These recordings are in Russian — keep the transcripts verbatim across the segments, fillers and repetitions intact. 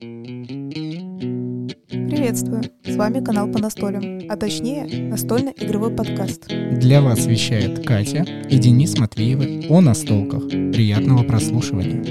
Приветствую! С вами канал по настолям, а точнее настольно-игровой подкаст. Для вас вещает Катя и Денис Матвеевы о настолках. Приятного прослушивания!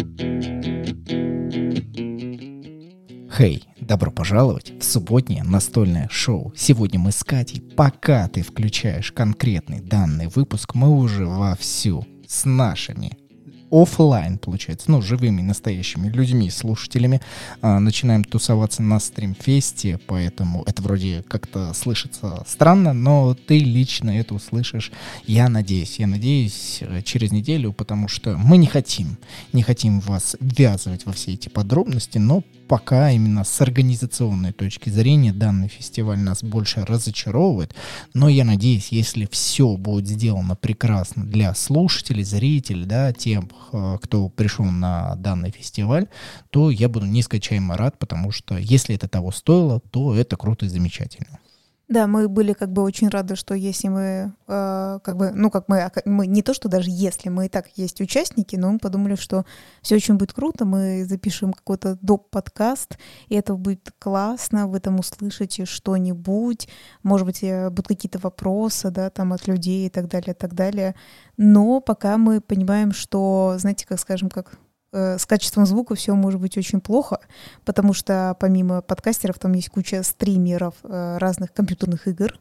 Хей, добро пожаловать в субботнее настольное шоу. Сегодня мы с Катей, пока ты включаешь конкретный данный выпуск, мы уже вовсю с нашими офлайн, получается, ну, живыми, настоящими людьми, слушателями, а, начинаем тусоваться на стримфесте, поэтому это вроде как-то слышится странно, но ты лично это услышишь, я надеюсь, я надеюсь, через неделю, потому что мы не хотим, не хотим вас ввязывать во все эти подробности, но пока именно с организационной точки зрения данный фестиваль нас больше разочаровывает, но я надеюсь, если все будет сделано прекрасно для слушателей, зрителей, да, тем, кто пришел на данный фестиваль, то я буду нескончаемо рад, потому что если это того стоило, то это круто и замечательно. Да, мы были как бы очень рады, что если мы, э, как бы, ну как мы, мы, не то, что даже если мы и так есть участники, но мы подумали, что все очень будет круто, мы запишем какой-то доп-подкаст, и это будет классно, вы там услышите что-нибудь, может быть, будут какие-то вопросы, да, там от людей и так далее, и так далее. Но пока мы понимаем, что, знаете, как скажем, как... с качеством звука все может быть очень плохо, потому что помимо подкастеров там есть куча стримеров разных компьютерных игр,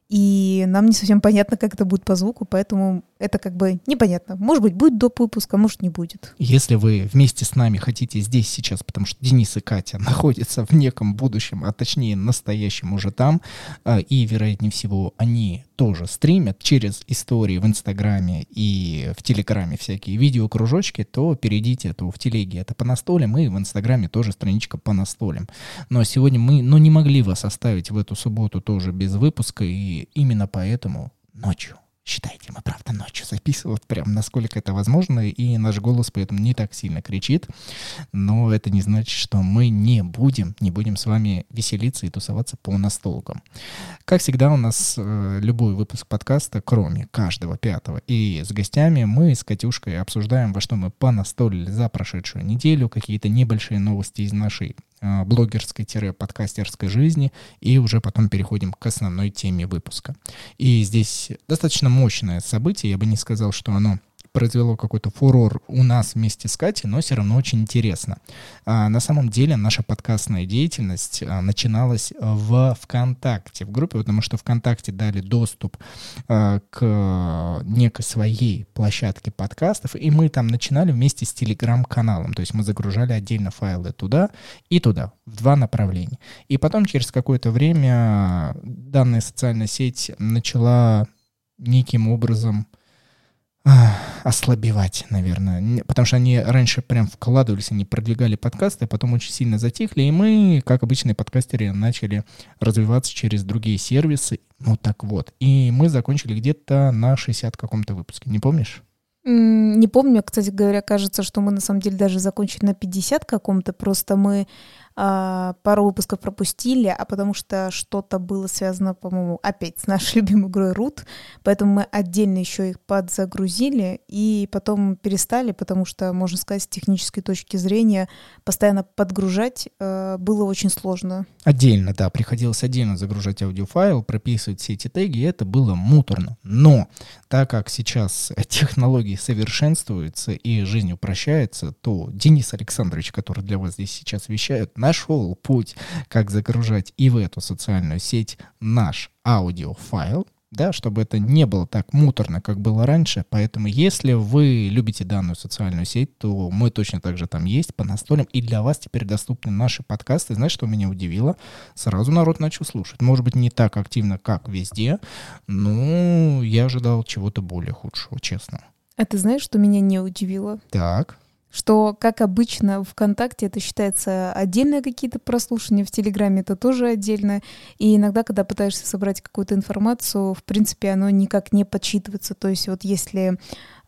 и нам не совсем понятно, как это будет по звуку, поэтому это как бы непонятно. Может быть, будет доп. Выпуск, а может, не будет. Если вы вместе с нами хотите здесь сейчас, потому что Денис и Катя находятся в неком будущем, а точнее настоящем уже там, и, вероятнее всего, они тоже стримят через истории в Инстаграме и в Телеграме всякие видеокружочки, то перейдите, то в Телеге это по настолям, и в Инстаграме тоже страничка по настолям. Но сегодня мы ну, не могли вас оставить в эту субботу тоже без выпуска, и именно поэтому ночью, считайте, мы правда ночью записывают, прям насколько это возможно, и наш голос поэтому не так сильно кричит, но это не значит, что мы не будем, не будем с вами веселиться и тусоваться по настолкам. Как всегда у нас э, любой выпуск подкаста, кроме каждого пятого, и с гостями мы с Катюшкой обсуждаем, во что мы понастолили за прошедшую неделю, какие-то небольшие новости из нашей э, блогерской-подкастерской жизни, и уже потом переходим к основной теме выпуска. И здесь достаточно мощное событие, я бы не сказал, что оно произвело какой-то фурор у нас вместе с Катей, но все равно очень интересно. А, на самом деле наша подкастная деятельность а, начиналась в ВКонтакте, в группе, потому что ВКонтакте дали доступ а, к некой своей площадке подкастов, и мы там начинали вместе с Телеграм-каналом, то есть мы загружали отдельно файлы туда и туда, в два направления. И потом через какое-то время данная социальная сеть начала неким образом ослабевать, наверное, потому что они раньше прям вкладывались, они продвигали подкасты, а потом очень сильно затихли, и мы, как обычные подкастеры, начали развиваться через другие сервисы, ну так вот, и мы закончили где-то на шестидесятом каком-то выпуске, не помнишь? Не помню, кстати говоря, кажется, что мы на самом деле даже закончили на пятидесятом каком-то, просто мы а, пару выпусков пропустили, а потому что что-то было связано, по-моему, опять с нашей любимой игрой Root, поэтому мы отдельно еще их подзагрузили и потом перестали, потому что, можно сказать, с технической точки зрения постоянно подгружать а, было очень сложно. Отдельно, да, приходилось отдельно загружать аудиофайл, прописывать все эти теги, и это было муторно. Но так как сейчас технологии совершенствуются и жизнь упрощается, то Денис Александрович, который для вас здесь сейчас вещает, нашел путь, как загружать и в эту социальную сеть наш аудиофайл, да, чтобы это не было так муторно, как было раньше. Поэтому, если вы любите данную социальную сеть, то мы точно так же там есть, по настолям, и для вас теперь доступны наши подкасты. Знаешь, что меня удивило? Сразу народ начал слушать. Может быть, не так активно, как везде, но я ожидал чего-то более худшего, честно. А ты знаешь, что меня не удивило? Так. Что, как обычно, ВКонтакте это считается отдельные какие-то прослушивания, в Телеграме это тоже отдельно. И иногда, когда пытаешься собрать какую-то информацию, в принципе, оно никак не подсчитывается. То есть вот если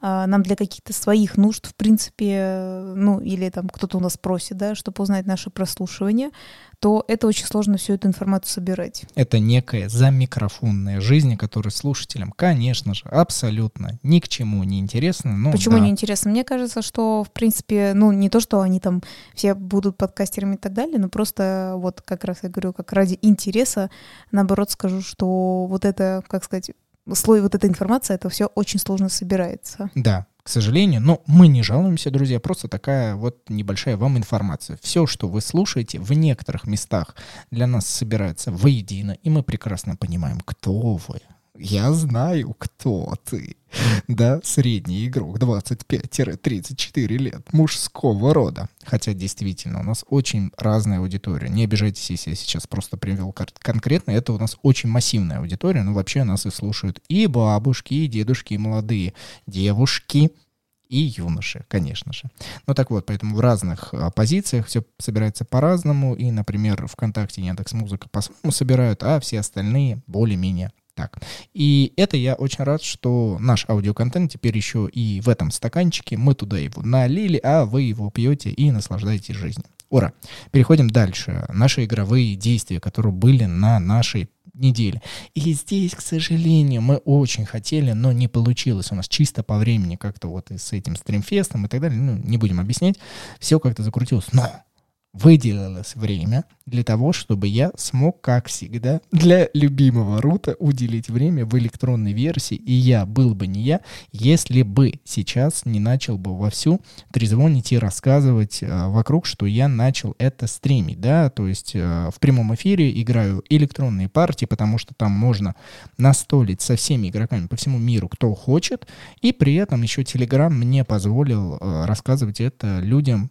нам для каких-то своих нужд, в принципе, ну, или там кто-то у нас просит, да, чтобы узнать наше прослушивание, то это очень сложно всю эту информацию собирать. Это некая замикрофонная жизнь, которая слушателям, конечно же, абсолютно ни к чему не интересна. Но Почему да. не интересно? Мне кажется, что, в принципе, ну, не то, что они там все будут подкастерами и так далее, но просто вот как раз я говорю, как ради интереса, наоборот скажу, что вот это, как сказать, слой вот этой информации, это все очень сложно собирается. Да, к сожалению, но мы не жалуемся, друзья, просто такая вот небольшая вам информация. Все, что вы слушаете, в некоторых местах для нас собирается воедино, и мы прекрасно понимаем, кто вы. Я знаю, кто ты. Да, средний игрок, двадцать пять - тридцать четыре лет, мужского рода. Хотя действительно у нас очень разная аудитория. Не обижайтесь, если я сейчас просто привел конкретно. Это у нас очень массивная аудитория, но вообще нас и слушают и бабушки, и дедушки, и молодые девушки, и юноши, конечно же. Ну так вот, поэтому в разных а, позициях все собирается по-разному. И, например, ВКонтакте и Яндекс.Музыка по-своему собирают, а все остальные более-менее так. И это я очень рад, что наш аудиоконтент теперь еще и в этом стаканчике. Мы туда его налили, а вы его пьете и наслаждаетесь жизнью. Ура! Переходим дальше. Наши игровые действия, которые были на нашей неделе. И здесь, к сожалению, мы очень хотели, но не получилось у нас чисто по времени как-то вот и с этим стримфестом и так далее. Ну, не будем объяснять. Все как-то закрутилось. Но выделилось время для того, чтобы я смог, как всегда, для любимого Рута уделить время в электронной версии. И я был бы не я, если бы сейчас не начал бы вовсю трезвонить и рассказывать а, вокруг, что я начал это стримить, да, то есть а, в прямом эфире играю электронные партии, потому что там можно настолить со всеми игроками по всему миру, кто хочет, и при этом еще Telegram мне позволил а, рассказывать это людям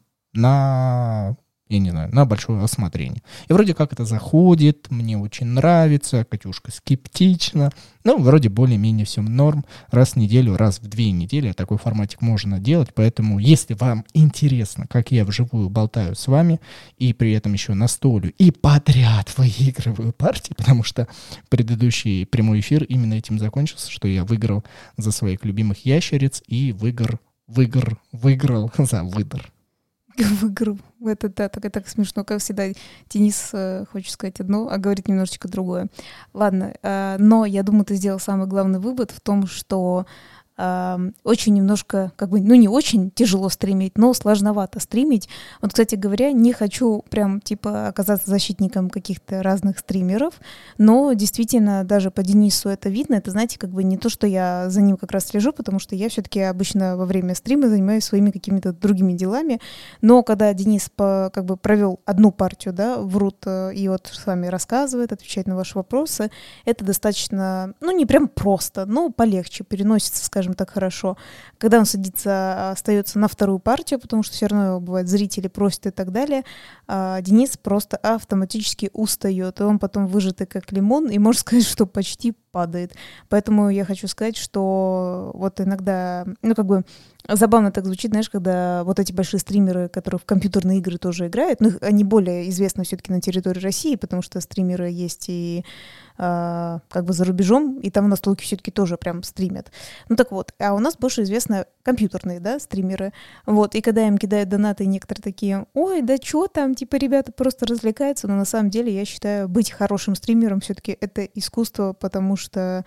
на... я не знаю, на большое осмотрение. И вроде как это заходит, мне очень нравится, Катюшка скептична. Ну, вроде более-менее все норм. Раз в неделю, раз в две недели такой форматик можно делать. Поэтому, если вам интересно, как я вживую болтаю с вами, и при этом еще настолю и подряд выигрываю партии, потому что предыдущий прямой эфир именно этим закончился, что я выиграл за своих любимых ящериц и выигр, выигр, выиграл за выдр. Выиграл. Это да, так, так смешно, как всегда. Денис э, хочет сказать одно, а говорит немножечко другое. Ладно, э, но я думаю, ты сделал самый главный вывод в том, что э, очень немножко, как бы, ну не очень тяжело стримить, но сложновато стримить. Вот, кстати говоря, не хочу прям, типа, оказаться защитником каких-то разных стримеров, но действительно даже по Денису это видно. Это, знаете, как бы не то, что я за ним как раз слежу, потому что я все-таки обычно во время стрима занимаюсь своими какими-то другими делами, но когда Денис по, как бы провел одну партию, да, в Рут и вот с вами рассказывает, отвечает на ваши вопросы, это достаточно, ну не прям просто, но полегче, переносится, скажем так, хорошо. Когда он садится, остается на вторую партию, потому что все равно бывает зрители просят и так далее, а Денис просто автоматически устает, и он потом выжатый как лимон, и можно сказать, что почти падает. Поэтому я хочу сказать, что вот иногда, ну как бы забавно так звучит, знаешь, когда вот эти большие стримеры, которые в компьютерные игры тоже играют, ну они более известны все-таки на территории России, потому что стримеры есть и э, как бы за рубежом, и там настолки все-таки тоже прям стримят. Ну так вот, а у нас больше известно компьютерные, да, стримеры. Вот, и когда им кидают донаты, некоторые такие: ой, да что там, типа ребята просто развлекаются, но на самом деле я считаю, быть хорошим стримером все-таки это искусство, потому что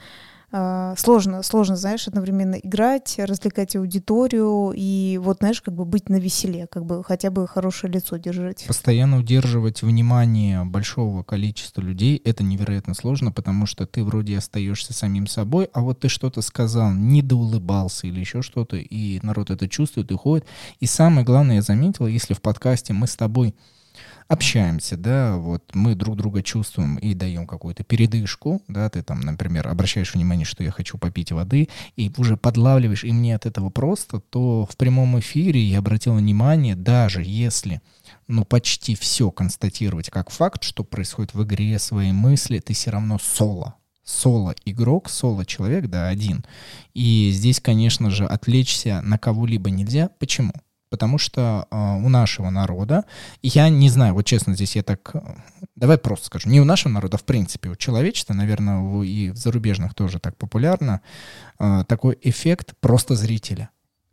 э, сложно, сложно, знаешь, одновременно играть, развлекать аудиторию и вот, знаешь, как бы быть навеселе, как бы хотя бы хорошее лицо держать. Постоянно удерживать внимание большого количества людей — это невероятно сложно, потому что ты вроде остаешься самим собой, а вот ты что-то сказал, недоулыбался или еще что-то, и народ это чувствует и ходит. И самое главное, я заметил, если в подкасте мы с тобой общаемся, да, вот мы друг друга чувствуем и даем какую-то передышку, да, ты там, например, обращаешь внимание, что я хочу попить воды, и уже подлавливаешь, и мне от этого просто, то в прямом эфире я обратил внимание, даже если, ну, почти все констатировать как факт, что происходит в игре, свои мысли, ты все равно соло. Соло-игрок, соло-человек, да, один. И здесь, конечно же, отвлечься на кого-либо нельзя. Почему? Потому что э, у нашего народа, я не знаю, вот честно, здесь я так, давай просто скажу, не у нашего народа, а в принципе у человечества, наверное, у, и в зарубежных тоже так популярно, э, такой эффект просто зрителя.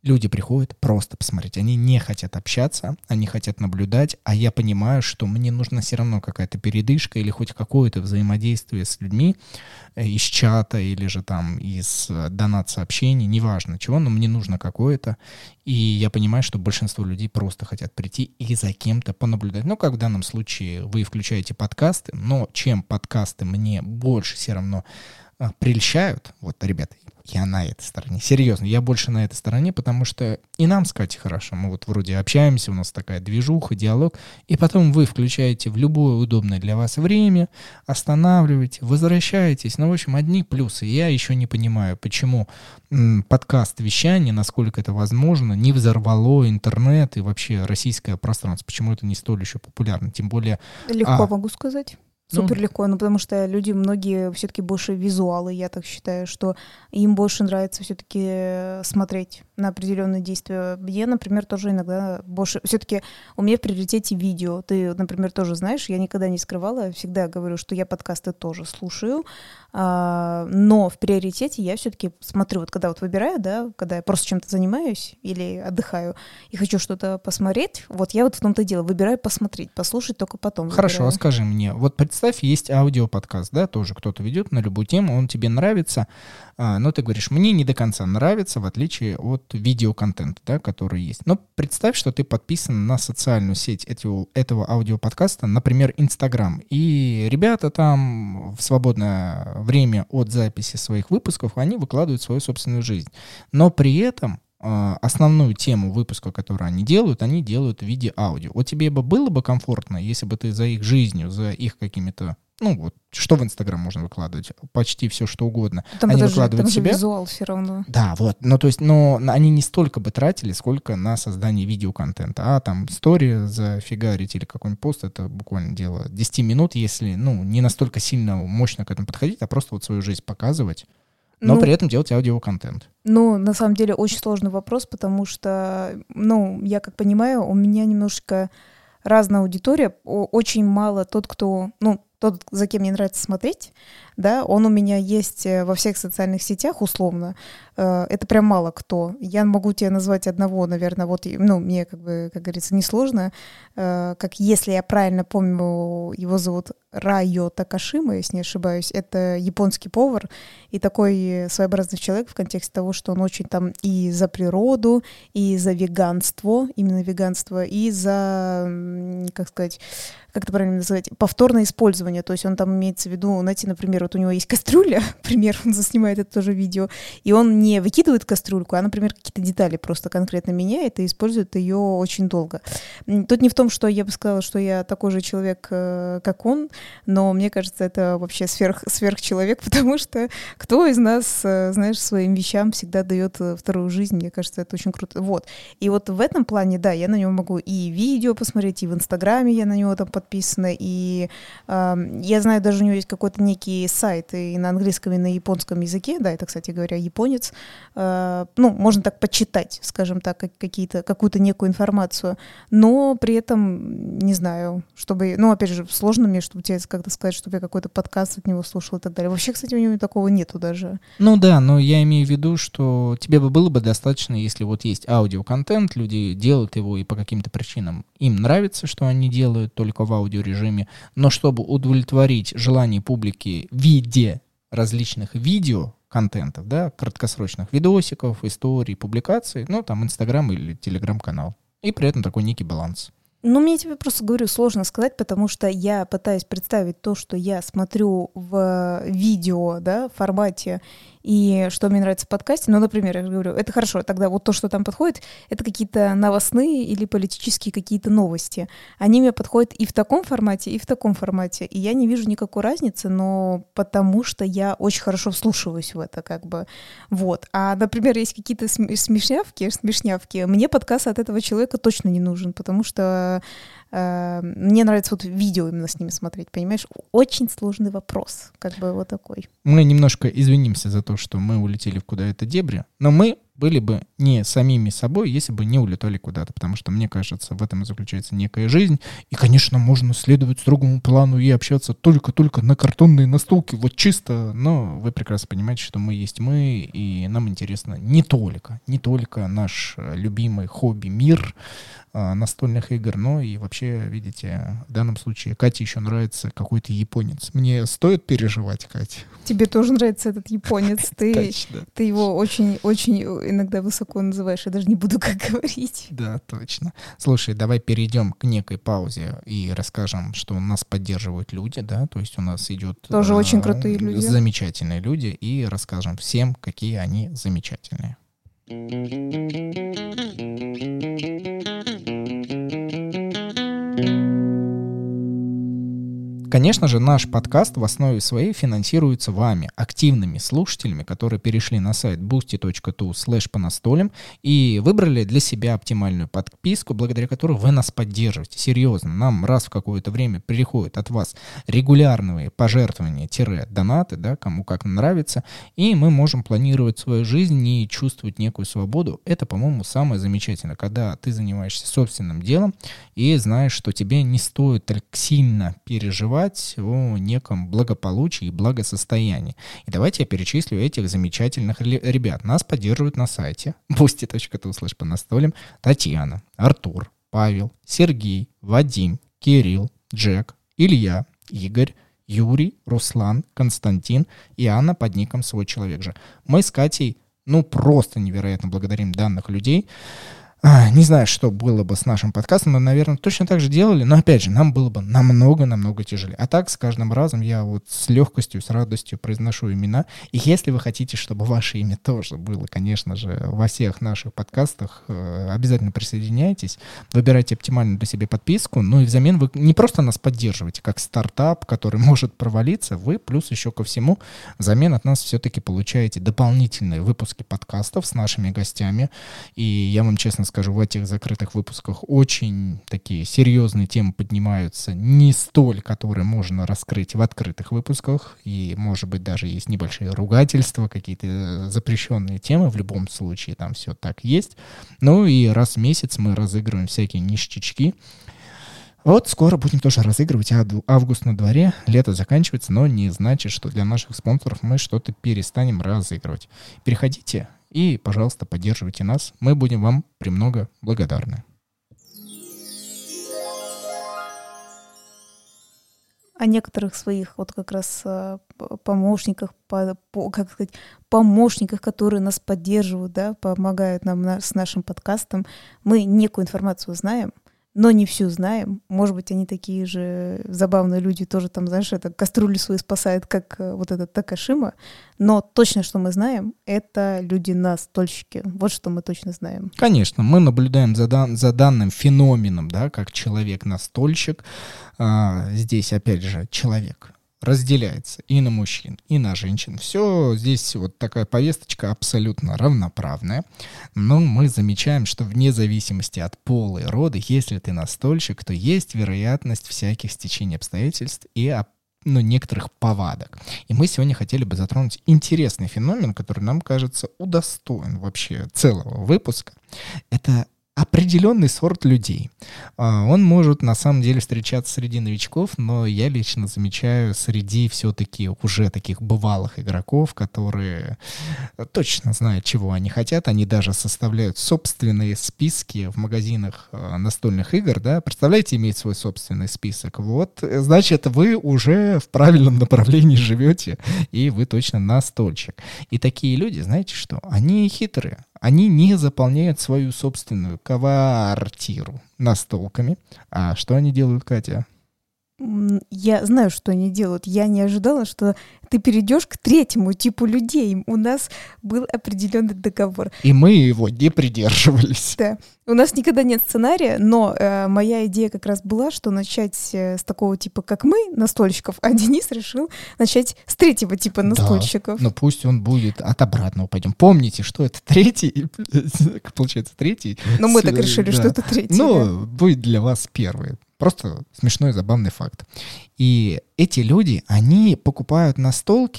Люди приходят просто посмотреть. Они не хотят общаться, они хотят наблюдать, а я понимаю, что мне нужна все равно какая-то передышка или хоть какое-то взаимодействие с людьми из чата или же там из донат-сообщений, неважно чего, но мне нужно какое-то. И я понимаю, что большинство людей просто хотят прийти и за кем-то понаблюдать. Ну, как в данном случае вы включаете подкасты, но чем подкасты мне больше все равно прельщают, вот, ребята, я на этой стороне, серьезно, я больше на этой стороне, потому что и нам с Катей хорошо, мы вот вроде общаемся, у нас такая движуха, диалог, и потом вы включаете в любое удобное для вас время, останавливаете, возвращаетесь, ну, в общем, одни плюсы. Я еще не понимаю, почему м, подкаст вещания, насколько это возможно, не взорвало интернет и вообще российское пространство, почему это не столь еще популярно, тем более... Легко а, могу сказать. Супер легко, ну потому что люди, многие все-таки больше визуалы, я так считаю, что им больше нравится все-таки смотреть на определенные действия. Я, например, тоже иногда больше... Все-таки у меня в приоритете видео. Ты, например, тоже знаешь, я никогда не скрывала, всегда говорю, что я подкасты тоже слушаю, а, но в приоритете я все-таки смотрю, вот когда вот выбираю, да, когда я просто чем-то занимаюсь или отдыхаю и хочу что-то посмотреть, вот я вот в том-то и дело, выбираю посмотреть, послушать только потом. Хорошо, выбираю. а скажи мне, вот представь, есть аудиоподкаст, да, тоже кто-то ведет на любую тему, он тебе нравится, а, но ты говоришь, мне не до конца нравится, в отличие от видеоконтента, да, который есть. Но представь, что ты подписан на социальную сеть этого, этого аудиоподкаста, например, Инстаграм, и ребята там в свободное время от записи своих выпусков, они выкладывают свою собственную жизнь. Но при этом основную тему выпуска, который они делают, они делают в виде аудио. Вот тебе бы было бы комфортно, если бы ты за их жизнью, за их какими-то, ну вот, что в Инстаграм можно выкладывать? Почти все, что угодно. Там они даже, выкладывают там себя. же визуал все равно. Да, вот. Ну, то есть, но они не столько бы тратили, сколько на создание видеоконтента. А там история зафигарить или какой-нибудь пост, это буквально дело десять минут, если, ну, не настолько сильно мощно к этому подходить, а просто вот свою жизнь показывать. Но ну, при этом делать аудиоконтент. Ну, на самом деле, очень сложный вопрос, потому что, ну, я как понимаю, у меня немножко разная аудитория. Очень мало тот, кто, ну, тот, за кем мне нравится смотреть, да, он у меня есть во всех социальных сетях, условно. Это прям мало кто. Я могу тебе назвать одного, наверное, вот, ну, мне, как бы, как говорится, несложно. Как, если я правильно помню, его зовут Райо Такашима, если не ошибаюсь. Это японский повар и такой своеобразный человек в контексте того, что он очень там и за природу, и за веганство, именно веганство, и за, как сказать, как это правильно называть, повторное использование. То есть он там имеется в виду, знаете, например, вот у него есть кастрюля, например, он заснимает это тоже видео, и он не выкидывает кастрюльку, а, например, какие-то детали просто конкретно меняет и использует ее очень долго. Тут не в том, что я бы сказала, что я такой же человек, как он, но мне кажется, это вообще сверх, сверхчеловек, потому что кто из нас, знаешь, своим вещам всегда дает вторую жизнь, мне кажется, это очень круто. Вот. И вот в этом плане, да, я на него могу и видео посмотреть, и в Инстаграме я на него там подписана, и э, я знаю, даже у него есть какой-то некий сайт и на английском, и на японском языке, да, это, кстати говоря, японец, э, ну, можно так почитать, скажем так, какие-то, какую-то некую информацию, но при этом, не знаю, чтобы, ну, опять же, сложно мне, чтобы тебе как-то сказать, чтобы я какой-то подкаст от него слушала и так далее. Вообще, кстати, у него такого нету даже. Ну да, но я имею в виду, что тебе бы было бы достаточно, если вот есть аудиоконтент, люди делают его и по каким-то причинам им нравится, что они делают только в аудиорежиме, но чтобы удовлетворить желание публики в виде различных видеоконтентов, да, краткосрочных видосиков, историй, публикаций, ну там Инстаграм или Телеграм-канал. И при этом такой некий баланс. Ну, мне тебе просто, говорю, сложно сказать, потому что я пытаюсь представить то, что я смотрю в видео, да, формате, и что мне нравится в подкасте. Ну, например, я говорю, это хорошо, тогда вот то, что там подходит, это какие-то новостные или политические какие-то новости. Они мне подходят и в таком формате, и в таком формате. И я не вижу никакой разницы, но потому что я очень хорошо вслушиваюсь в это, как бы. Вот. А, например, есть какие-то смешнявки, смешнявки. Мне подкаст от этого человека точно не нужен, потому что э, мне нравится вот видео именно с ними смотреть, понимаешь? Очень сложный вопрос, как бы вот такой. Мы немножко извинимся за то, что мы улетели в куда-то дебри, но мы были бы не самими собой, если бы не улетали куда-то, потому что, мне кажется, в этом и заключается некая жизнь. И, конечно, можно следовать строгому плану и общаться только-только на картонной настолке, вот чисто, но вы прекрасно понимаете, что мы есть мы, и нам интересно не только, не только наш любимый хобби-мир а, настольных игр, но и вообще, видите, в данном случае Кате еще нравится какой-то японец. Мне стоит переживать, Катя? Тебе тоже нравится этот японец, ты, Точно. ты его очень-очень иногда высоко называешь, я даже не буду как говорить. Да, точно. Слушай, давай перейдем к некой паузе и расскажем, что нас поддерживают люди, да, то есть у нас идет... Тоже э, очень крутые люди. Замечательные люди, и расскажем всем, какие они замечательные. Конечно же, наш подкаст в основе своей финансируется вами, активными слушателями, которые перешли на сайт boosty точка ту слэш по настолям и выбрали для себя оптимальную подписку, благодаря которой вы нас поддерживаете. Серьезно, нам раз в какое-то время приходят от вас регулярные пожертвования-донаты, да, кому как нравится, и мы можем планировать свою жизнь и чувствовать некую свободу. Это, по-моему, самое замечательное, когда ты занимаешься собственным делом и знаешь, что тебе не стоит так сильно переживать о неком благополучии и благосостоянии. И давайте я перечислю этих замечательных ребят. Нас поддерживают на сайте boosty точка ту слэш по настолям Татьяна, Артур, Павел, Сергей, Вадим, Кирилл, Джек, Илья, Игорь, Юрий, Руслан, Константин и Анна под ником «Свой человек же». Мы с Катей, ну, просто невероятно благодарим данных людей. А, не знаю, что было бы с нашим подкастом, но, наверное, точно так же делали, но, опять же, нам было бы намного-намного тяжелее. А так, с каждым разом я вот с легкостью, с радостью произношу имена. И если вы хотите, чтобы ваше имя тоже было, конечно же, во всех наших подкастах, обязательно присоединяйтесь, выбирайте оптимальную для себя подписку, ну и взамен вы не просто нас поддерживаете, как стартап, который может провалиться, вы плюс еще ко всему взамен от нас все-таки получаете дополнительные выпуски подкастов с нашими гостями. И я вам честно скажу, в этих закрытых выпусках очень такие серьезные темы поднимаются, не столь, которые можно раскрыть в открытых выпусках, и, может быть, даже есть небольшие ругательства, какие-то запрещенные темы, в любом случае там все так есть. Ну и раз в месяц мы разыгрываем всякие ништячки. Вот скоро будем тоже разыгрывать, август на дворе, лето заканчивается, но не значит, что для наших спонсоров мы что-то перестанем разыгрывать. Переходите и, пожалуйста, поддерживайте нас. Мы будем вам премного благодарны. О некоторых своих вот как раз помощниках, по, по, как сказать, помощниках, которые нас поддерживают, да, помогают нам на, с нашим подкастом, мы некую информацию знаем, но не всю знаем. Может быть, они такие же забавные люди, тоже там, знаешь, это кастрюлю свою спасают, как вот этот Такашима. Но точно, что мы знаем, это люди-настольщики. Вот что мы точно знаем. Конечно, мы наблюдаем за, дан- за данным феноменом, да, как человек-настольщик. А, здесь, опять же, человек разделяется и на мужчин, и на женщин. Все здесь вот такая повесточка абсолютно равноправная. Но мы замечаем, что вне зависимости от пола и рода, если ты настольщик, то есть вероятность всяких стечений обстоятельств и ну, некоторых повадок. И мы сегодня хотели бы затронуть интересный феномен, который нам кажется удостоен вообще целого выпуска. Это определенный сорт людей. Он может на самом деле встречаться среди новичков, но я лично замечаю среди все-таки уже таких бывалых игроков, которые точно знают, чего они хотят. Они даже составляют собственные списки в магазинах настольных игр. Да? Представляете, иметь свой собственный список? Вот, значит, вы уже в правильном направлении живете, и вы точно настольщик. И такие люди, знаете что? Они хитрые. Они не заполняют свою собственную квартиру настолками. А что они делают, Катя? Я знаю, что они делают. Я не ожидала, что ты перейдешь к третьему типу людей. У нас был определенный договор. И мы его не придерживались. Да. У нас никогда нет сценария, но э, моя идея как раз была, что начать э, с такого типа, как мы, настольщиков, а Денис решил начать с третьего типа настольщиков. Да, но пусть он будет от обратного пойдем. Помните, что это третий, получается, третий. Но мы так решили, да. Что это третий. Ну, да. Будет для вас первый. Просто смешной, забавный факт. И эти люди, они покупают настолки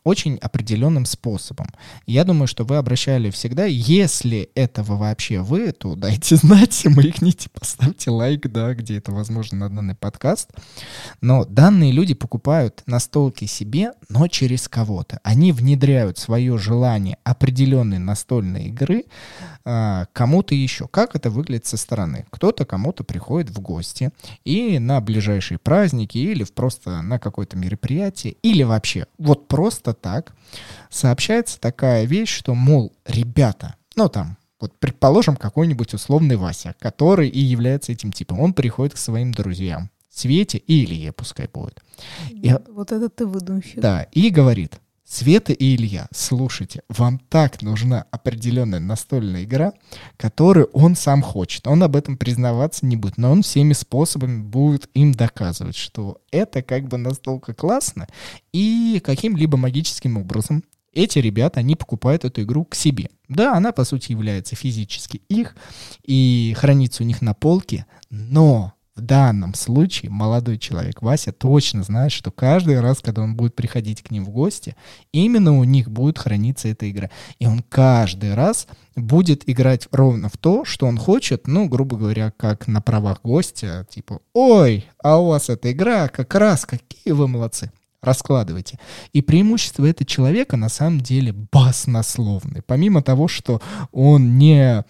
очень определенным способом. Я думаю, что вы обращали всегда, если этого вообще вы, то дайте знать, маякните, поставьте лайк, да, где это возможно на данный подкаст. Но данные люди покупают настолки себе, но через кого-то. Они внедряют свое желание определенной настольной игры а, кому-то еще. Как это выглядит со стороны? Кто-то кому-то приходит в гости и на ближайшие праздники или в просто на какое-то мероприятие, или вообще вот просто так сообщается такая вещь, что, мол, ребята, ну там, вот предположим, какой-нибудь условный Вася, который и является этим типом, он приходит к своим друзьям, Свете и Илье, пускай будет. И, вот это ты выдумщик. Да, и говорит: Света и Илья, слушайте, вам так нужна определенная настольная игра, которую он сам хочет. Он об этом признаваться не будет, но он всеми способами будет им доказывать, что это как бы настолько классно, и каким-либо магическим образом эти ребята, они покупают эту игру к себе. Да, она, по сути, является физически их и хранится у них на полке, но в данном случае молодой человек Вася точно знает, что каждый раз, когда он будет приходить к ним в гости, именно у них будет храниться эта игра. И он каждый раз будет играть ровно в то, что он хочет, ну, грубо говоря, как на правах гостя, типа: «Ой, а у вас эта игра как раз, какие вы молодцы». Раскладывайте. И преимущество этого человека на самом деле баснословное. Помимо того, что он не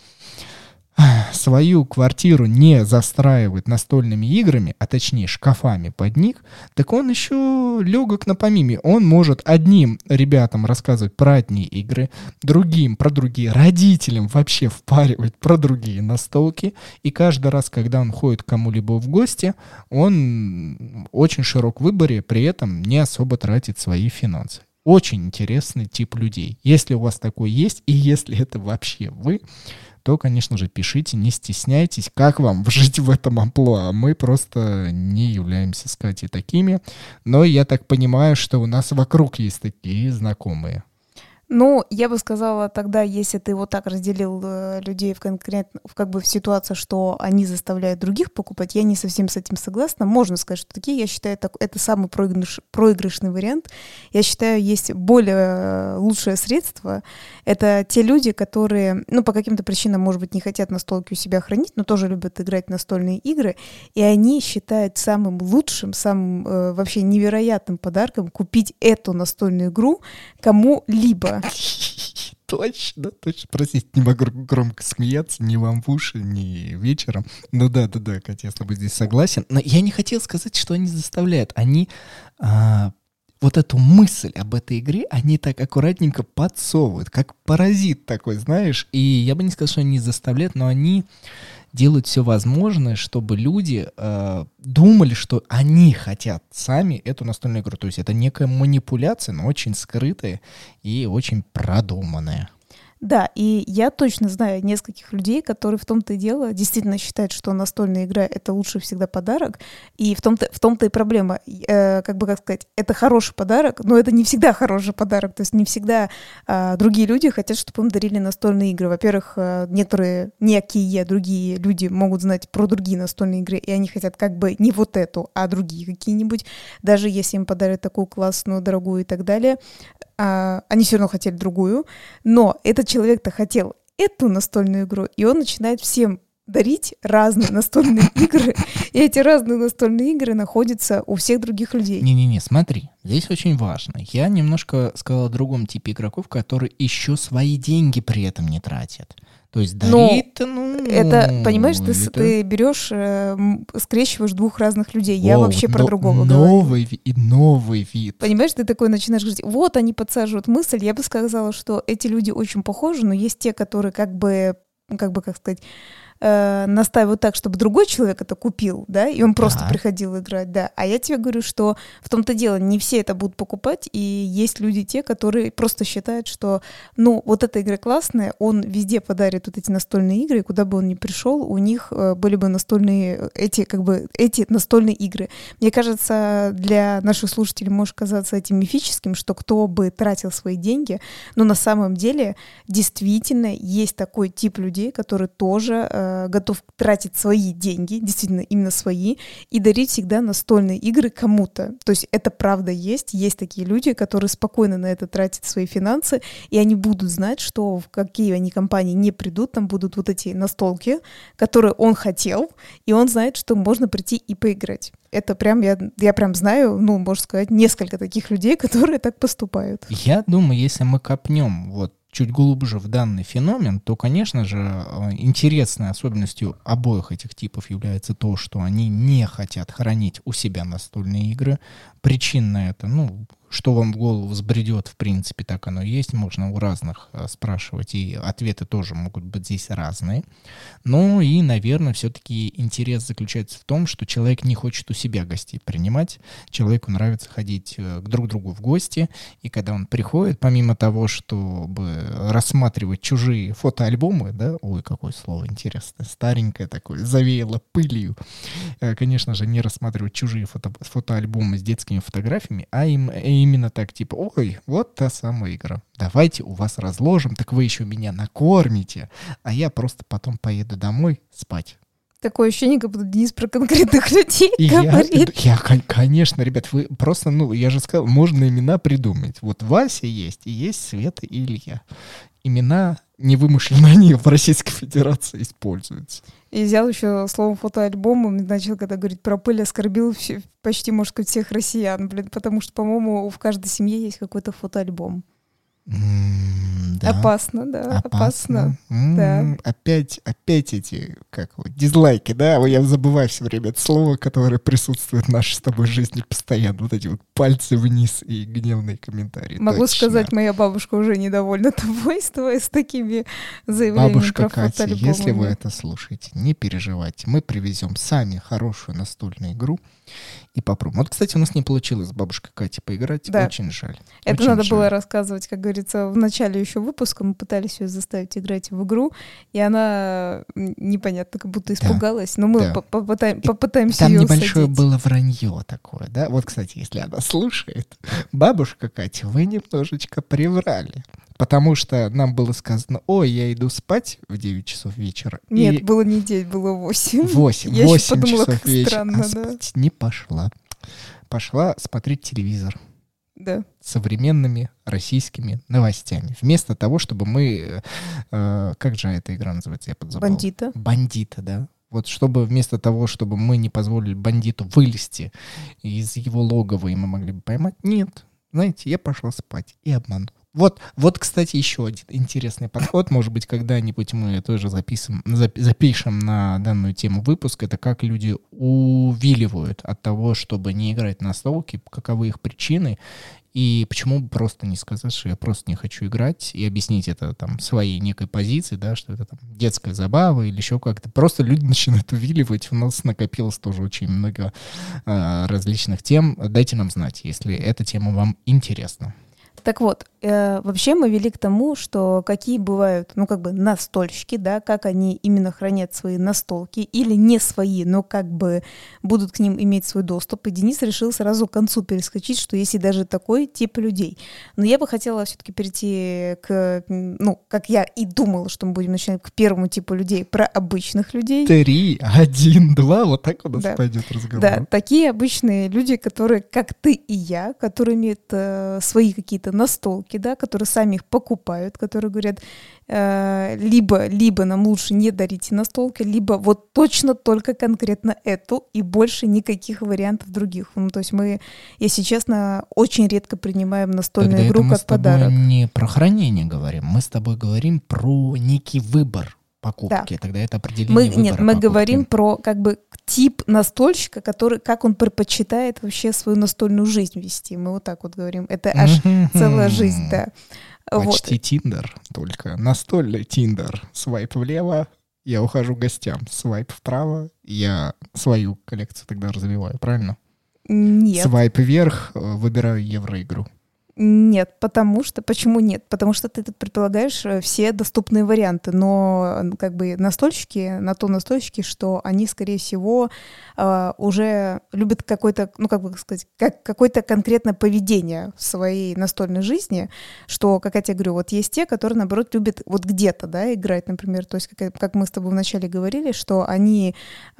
свою квартиру не застраивает настольными играми, а точнее шкафами под них, так он еще легок на помиме. Он может одним ребятам рассказывать про одни игры, другим про другие, родителям вообще впаривать про другие настолки. И каждый раз, когда он ходит к кому-либо в гости, он очень широк в выборе, при этом не особо тратит свои финансы. Очень интересный тип людей. Если у вас такой есть, и если это вообще вы, то, конечно же, пишите, не стесняйтесь, как вам жить в этом амплуа. Мы просто не являемся с Катей такими, но я так понимаю, что у нас вокруг есть такие знакомые. Ну, я бы сказала тогда, если ты вот так разделил э, людей в конкретно, в, как бы в ситуации, что они заставляют других покупать, я не совсем с этим согласна. Можно сказать, что такие, я считаю, это, это самый проигрыш, проигрышный вариант. Я считаю, есть более э, лучшее средство. Это те люди, которые, ну, по каким-то причинам, может быть, не хотят настолки у себя хранить, но тоже любят играть в настольные игры, и они считают самым лучшим, самым э, вообще невероятным подарком купить эту настольную игру кому-либо. Точно, точно. Простите, не могу громко смеяться, ни вам в уши, ни вечером. Ну да, да, да, Катя, я с тобой здесь согласен. Но я не хотел сказать, что они заставляют. Они а, вот эту мысль об этой игре, они так аккуратненько подсовывают, как паразит такой, знаешь. И я бы не сказал, что они заставляют, но они делают все возможное, чтобы люди э, думали, что они хотят сами эту настольную игру. То есть это некая манипуляция, но очень скрытая и очень продуманная. Да, и я точно знаю нескольких людей, которые в том-то и дело действительно считают, что настольная игра — это лучший всегда подарок, и в том-то, в том-то и проблема. Э, как бы, как сказать, это хороший подарок, но это не всегда хороший подарок, то есть не всегда э, другие люди хотят, чтобы им дарили настольные игры. Во-первых, э, некоторые, некие другие люди могут знать про другие настольные игры, и они хотят как бы не вот эту, а другие какие-нибудь, даже если им подарят такую классную, дорогую и так далее. Uh, они все равно хотели другую, но этот человек-то хотел эту настольную игру, и он начинает всем дарить разные настольные игры, и эти разные настольные игры находятся у всех других людей. Не-не-не, смотри, здесь очень важно. Я немножко сказал о другом типе игроков, которые еще свои деньги при этом не тратят. То есть дарить, ну... Это, понимаешь, ты, это... ты берешь, э, скрещиваешь двух разных людей. Я Воу, вообще но, про другого новый говорю. Ви- новый вид. Понимаешь, ты такой начинаешь говорить, вот они подсаживают мысль. Я бы сказала, что эти люди очень похожи, но есть те, которые как бы, как бы, как сказать, э, настаивают так, чтобы другой человек это купил, да, и он просто Да. приходил играть, да. А я тебе говорю, что в том-то дело, не все это будут покупать, и есть люди те, которые просто считают, что, ну, вот эта игра классная, он везде подарит вот эти настольные игры, и куда бы он ни пришел, у них э, были бы настольные, эти, как бы, эти настольные игры. Мне кажется, для наших слушателей может казаться этим мифическим, что кто бы тратил свои деньги, но на самом деле действительно есть такой тип людей, которые тоже э, э, готов тратить свои деньги, действительно именно свои, и дарить всегда настольные игры кому-то. То есть это правда есть. Есть такие люди, которые спокойно на это тратят свои финансы, и они будут знать, что в какие они компании не придут, там будут вот эти настолки, которые он хотел, и он знает, что можно прийти и поиграть. Это прям, я, я прям знаю, ну, можно сказать, несколько таких людей, которые так поступают. Я думаю, если мы копнем вот чуть глубже в данный феномен, то, конечно же, интересной особенностью обоих этих типов является то, что они не хотят хранить у себя настольные игры. Причин на это, ну, что вам в голову взбредет, в принципе, так оно и есть. Можно у разных а, спрашивать, и ответы тоже могут быть здесь разные. Ну и, наверное, все-таки интерес заключается в том, что человек не хочет у себя гостей принимать. Человеку нравится ходить к друг другу в гости, и когда он приходит, помимо того, чтобы рассматривать чужие фотоальбомы, да, ой, какое слово интересное, старенькое такое, завеяло пылью, конечно же, не рассматривать чужие фото, фотоальбомы с детскими фотографиями, а им именно так, типа, ой, вот та самая игра. Давайте у вас разложим, так вы еще меня накормите, а я просто потом поеду домой спать. Такое ощущение, как будто Денис про конкретных людей и говорит. Я, я, конечно, ребят, вы просто, ну, я же сказал, можно имена придумать. Вот Вася есть, и есть Света и Илья. Имена невымышленные, они в Российской Федерации используются. И взял еще слово фотоальбом, и начал, когда говорит про пыль, оскорбил все, почти, можно сказать, всех россиян, блин, потому что, по-моему, в каждой семье есть какой-то фотоальбом. Mm, да. Опасно, да, опасно. опасно. Mm, да. Опять, опять эти, как вот, дизлайки, да, я забываю все время это слово, которое присутствует в нашей с тобой жизни постоянно, вот эти вот пальцы вниз и гневные комментарии. Могу Точно. сказать, моя бабушка уже недовольна тобой, с, тобой, с такими заявлениями Бабушка про Катя, фотоальбомы. если вы это слушаете, не переживайте, мы привезем сами хорошую настольную игру и попробуем. Вот, кстати, у нас не получилось с бабушкой Катей поиграть, да. Очень жаль. Это Очень надо жаль. было рассказывать, как говорится, в начале еще выпуска. Мы пытались ее заставить играть в игру, и она непонятно, как будто испугалась. Да. Но мы да. попытаем, попытаемся Там ее небольшое усадить. было вранье такое, да? Вот, кстати, если она слушает, бабушка Катя, вы немножечко приврали. Потому что нам было сказано, ой, я иду спать в девять часов вечера. Нет, и... было не девять, было восемь. восемь, я восемь подумала, часов как вечера. Странно, а да? спать не пошла. Пошла смотреть телевизор. Да. Современными российскими новостями. Вместо того, чтобы мы... Э, как же эта игра называется? Я подзабыл. Бандита. Бандита, да. Вот чтобы вместо того, чтобы мы не позволили бандиту вылезти из его логова, и мы могли бы поймать, нет. Знаете, я пошла спать и обманула. Вот, вот, кстати, еще один интересный подход. Может быть, когда-нибудь мы тоже записываем, запишем на данную тему выпуск. Это как люди увиливают от того, чтобы не играть на настолки, каковы их причины. И почему бы просто не сказать, что я просто не хочу играть, и объяснить это там своей некой позиции, да, что это там детская забава или еще как-то. Просто люди начинают увиливать. У нас накопилось тоже очень много э, различных тем. Дайте нам знать, если эта тема вам интересна. Так вот, э, вообще мы вели к тому, что какие бывают, ну, как бы настольщики, да, как они именно хранят свои настолки, или не свои, но как бы будут к ним иметь свой доступ. И Денис решил сразу к концу перескочить, что есть и даже такой тип людей. Но я бы хотела все-таки перейти к, ну, как я и думала, что мы будем начинать к первому типу людей, про обычных людей. Три, один, два, вот так у нас да. пойдет разговор. Да, такие обычные люди, которые, как ты и я, которые имеют э, свои какие-то настолки, да, которые сами их покупают, которые говорят, э, либо, либо нам лучше не дарите настолки, либо вот точно только конкретно эту и больше никаких вариантов других. Ну, то есть мы, если честно, очень редко принимаем настольную Тогда игру это как мы с тобой подарок. Не про хранение говорим, мы с тобой говорим про некий выбор покупки. Да. Тогда это определение мы, выбора Нет, мы покупки. говорим про как бы тип настольщика, который, как он предпочитает вообще свою настольную жизнь вести. Мы вот так вот говорим. Это аж целая жизнь, да. Почти Тиндер, только настольный Тиндер. Свайп влево, я ухожу к гостям. Свайп вправо, я свою коллекцию тогда развиваю, правильно? Нет. Свайп вверх, выбираю евроигру. Нет, потому что... Почему нет? Потому что ты тут предполагаешь все доступные варианты, но как бы настольщики, на то настольщики, что они, скорее всего, уже любят какое-то, ну как бы сказать, как, какое-то конкретное поведение в своей настольной жизни, что, как я тебе говорю, вот есть те, которые, наоборот, любят вот где-то, да, играть, например, то есть как, как мы с тобой вначале говорили, что они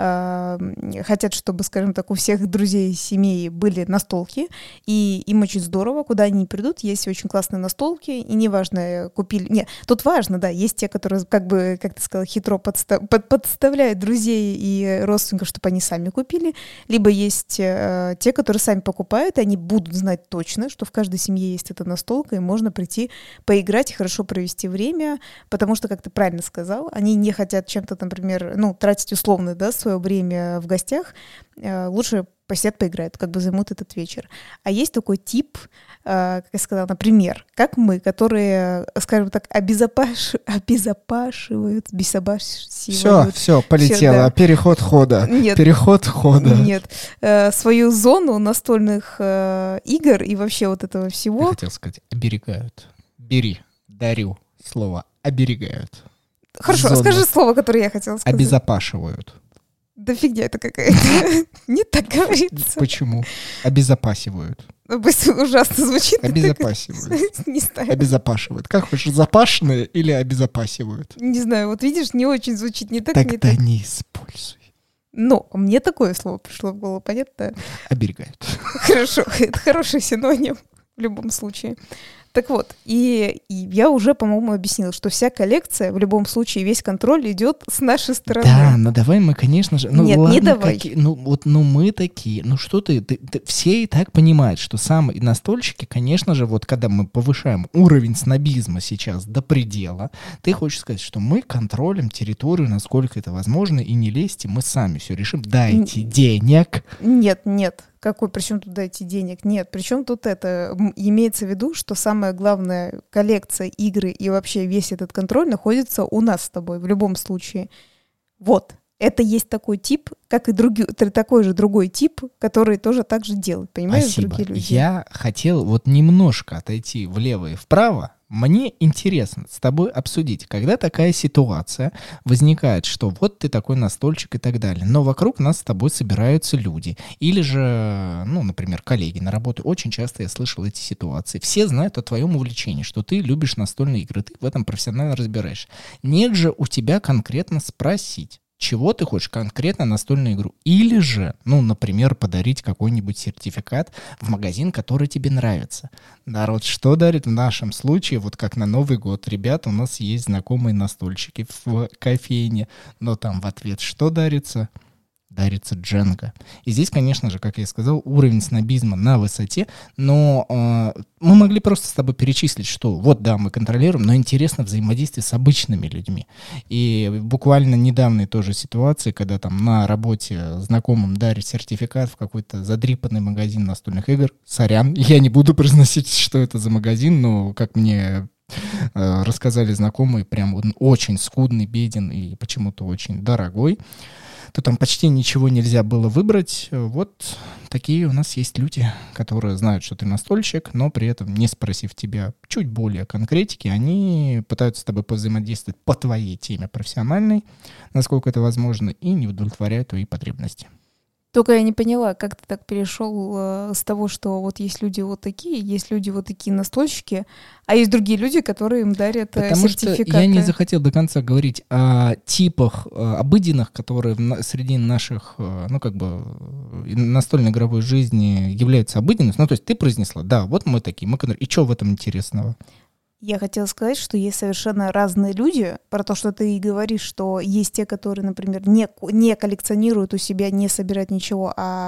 э, хотят, чтобы, скажем так, у всех друзей семьи были настолки, и им очень здорово, куда они придут, есть очень классные настолки, и неважно, купили... Нет, тут важно, да, есть те, которые, как бы, как ты сказала, хитро подстав... под... подставляют друзей и родственников, чтобы они сами купили, либо есть э, те, которые сами покупают, и они будут знать точно, что в каждой семье есть эта настолка, и можно прийти поиграть и хорошо провести время, потому что, как ты правильно сказал, они не хотят чем-то, например, ну, тратить условно, да, свое время в гостях, э, лучше посидят, поиграют, как бы займут этот вечер. А есть такой тип, э, как я сказала, например, как мы, которые, скажем так, обезопаш... обезопашивают, безопасивают. Все, все, полетело. Да. Переход хода. Нет. Переход хода. Нет. Э, свою зону настольных э, игр и вообще вот этого всего. Я хотел сказать, оберегают. Бери, дарю слово оберегают. Хорошо, Зону. скажи слово, которое я хотела сказать. Обезопашивают. Да фигня это какая-то. Не так говорится. Почему? Обезопасивают. Ужасно звучит. Обезопасивают. Не знаю. Обезопашивают. Как хочешь, запашенные или обезопасивают? Не знаю, вот видишь, не очень звучит не так, не Тогда так. не используй. Но мне такое слово пришло в голову, понятно? Оберегают. Хорошо, это хороший синоним в любом случае. Так вот, и, и я уже, по-моему, объяснила, что вся коллекция, в любом случае, весь контроль идет с нашей стороны. Да, ну давай мы, конечно же... Ну, Нет, ладно, не давай. Какие, ну вот, ну мы такие, ну что ты, ты, ты... Все и так понимают, что самые настольщики, конечно же, вот когда мы повышаем уровень снобизма сейчас до предела, ты хочешь сказать, что мы контролим территорию, насколько это возможно, и не лезьте, мы сами все решим. Дайте Н- денег. Нет, нет. Какой, причем тут дайте денег? Нет, причем тут это? Имеется в виду, что самая главная коллекция, игры и вообще весь этот контроль находится у нас с тобой в любом случае. Вот. Это есть такой тип, как и другой, такой же другой тип, который тоже так же делает, понимаешь, Спасибо. Другие люди. Я хотел вот немножко отойти влево и вправо. Мне интересно с тобой обсудить, когда такая ситуация возникает, что вот ты такой настольщик и так далее, но вокруг нас с тобой собираются люди, или же, ну, например, коллеги на работе. Очень часто я слышал эти ситуации. Все знают о твоем увлечении, что ты любишь настольные игры, ты в этом профессионально разбираешься. Нет же у тебя конкретно спросить, чего ты хочешь, конкретно настольную игру. Или же, ну, например, подарить какой-нибудь сертификат в магазин, который тебе нравится. Народ что дарит в нашем случае? Вот как на Новый год. Ребята, у нас есть знакомые настольщики в кофейне. Но там в ответ что дарится? Дарится Дженга. И здесь, конечно же, как я и сказал, уровень снобизма на высоте, но э, мы могли просто с тобой перечислить, что вот, да, мы контролируем, но интересно взаимодействие с обычными людьми. И буквально недавней тоже ситуации, когда там на работе знакомым дарят сертификат в какой-то задрипанный магазин настольных игр. Сорян, я не буду произносить, что это за магазин, но как мне э, рассказали знакомые, прям он очень скудный, беден и почему-то очень дорогой, то там почти ничего нельзя было выбрать. Вот такие у нас есть люди, которые знают, что ты настольщик, но при этом, не спросив тебя чуть более конкретики, они пытаются с тобой повзаимодействовать по твоей теме профессиональной, насколько это возможно, и не удовлетворяют твои потребности. Только я не поняла, как ты так перешел э, с того, что вот есть люди вот такие, есть люди вот такие настольщики, а есть другие люди, которые им дарят э, Потому сертификаты. Что я не захотел до конца говорить о типах э, обыденных, которые в на, среди наших, э, ну, как бы, настольной игровой жизни являются обыденностью. Ну, то есть ты произнесла, да, вот мы такие, мы контролируем. И что в этом интересного? Я хотела сказать, что есть совершенно разные люди, про то, что ты и говоришь, что есть те, которые, например, не, не коллекционируют у себя, не собирают ничего, а,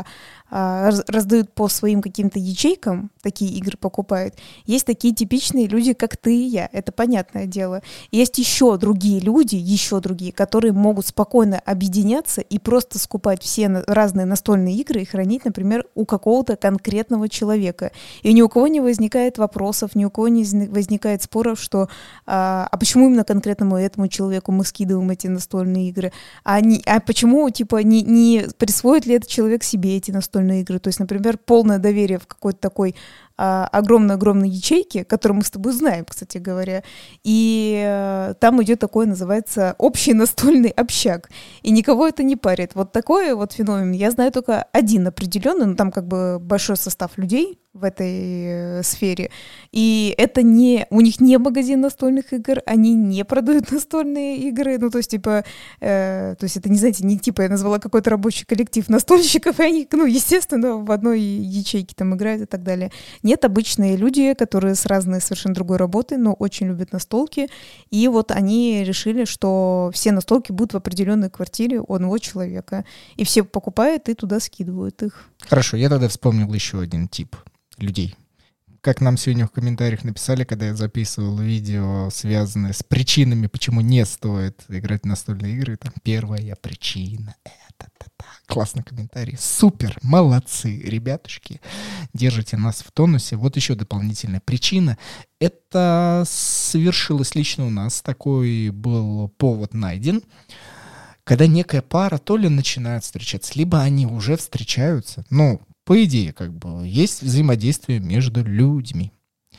а раздают по своим каким-то ячейкам, такие игры покупают. Есть такие типичные люди, как ты и я, это понятное дело. Есть еще другие люди, еще другие, которые могут спокойно объединяться и просто скупать все разные настольные игры и хранить, например, у какого-то конкретного человека. И ни у кого не возникает вопросов, ни у кого не возникает споров, что а, а почему именно конкретному этому человеку мы скидываем эти настольные игры, а, не, а почему, типа, не, не присвоит ли этот человек себе эти настольные игры, то есть, например, полное доверие в какой-то такой а, огромной-огромной ячейки, которую мы с тобой знаем, кстати говоря. И а, там идет такое, называется, общий настольный общак. И никого это не парит. Вот такой вот феномен. Я знаю только один определенный, но там как бы большой состав людей в этой э, сфере. И это не... У них не магазин настольных игр, они не продают настольные игры. Ну, то есть, типа... Э, то есть это, не знаете, не типа я назвала какой-то рабочий коллектив настольщиков, и они, ну, естественно, в одной ячейке там играют и так далее. Нет, обычные люди, которые с разной совершенно другой работой, но очень любят настолки. И вот они решили, что все настолки будут в определенной квартире у одного человека. И все покупают и туда скидывают их. Хорошо, я тогда вспомнил еще один тип людей. Как нам сегодня в комментариях написали, когда я записывал видео, связанное с причинами, почему не стоит играть в настольные игры, там первая причина — это, это, это. Классный комментарий. Супер, молодцы, ребятушки. Держите нас в тонусе. Вот еще дополнительная причина. Это совершилось лично у нас. Такой был повод найден. Когда некая пара то ли начинает встречаться, либо они уже встречаются. Ну, по идее, как бы, есть взаимодействие между людьми.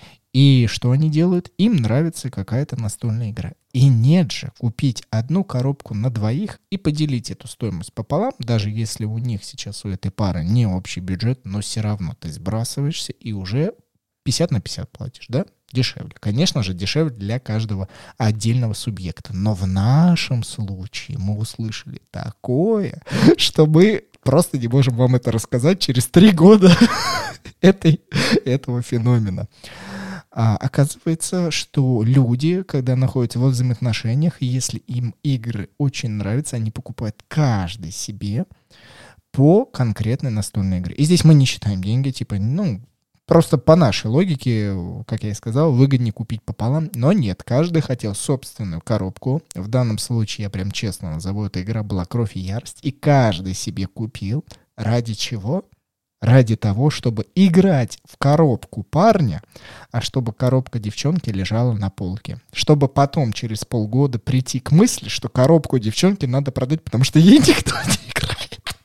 И что они делают? Им нравится какая-то настольная игра. И нет же, купить одну коробку на двоих и поделить эту стоимость пополам, даже если у них сейчас, у этой пары, не общий бюджет, но все равно ты сбрасываешься и уже пятьдесят на пятьдесят платишь, да? Дешевле. Конечно же, дешевле для каждого отдельного субъекта. Но в нашем случае мы услышали такое, что мы просто не можем вам это рассказать через три года этой, этого феномена. А, оказывается, что люди, когда находятся во взаимоотношениях, если им игры очень нравятся, они покупают каждый себе по конкретной настольной игре. И здесь мы не считаем деньги, типа, ну, просто по нашей логике, как я и сказал, выгоднее купить пополам. Но нет, каждый хотел собственную коробку. В данном случае, я прям честно назову, эта игра была «Кровь и ярость». И каждый себе купил. Ради чего? Ради того, чтобы играть в коробку парня, а чтобы коробка девчонки лежала на полке. Чтобы потом, через полгода, прийти к мысли, что коробку девчонки надо продать, потому что ей никто не играет.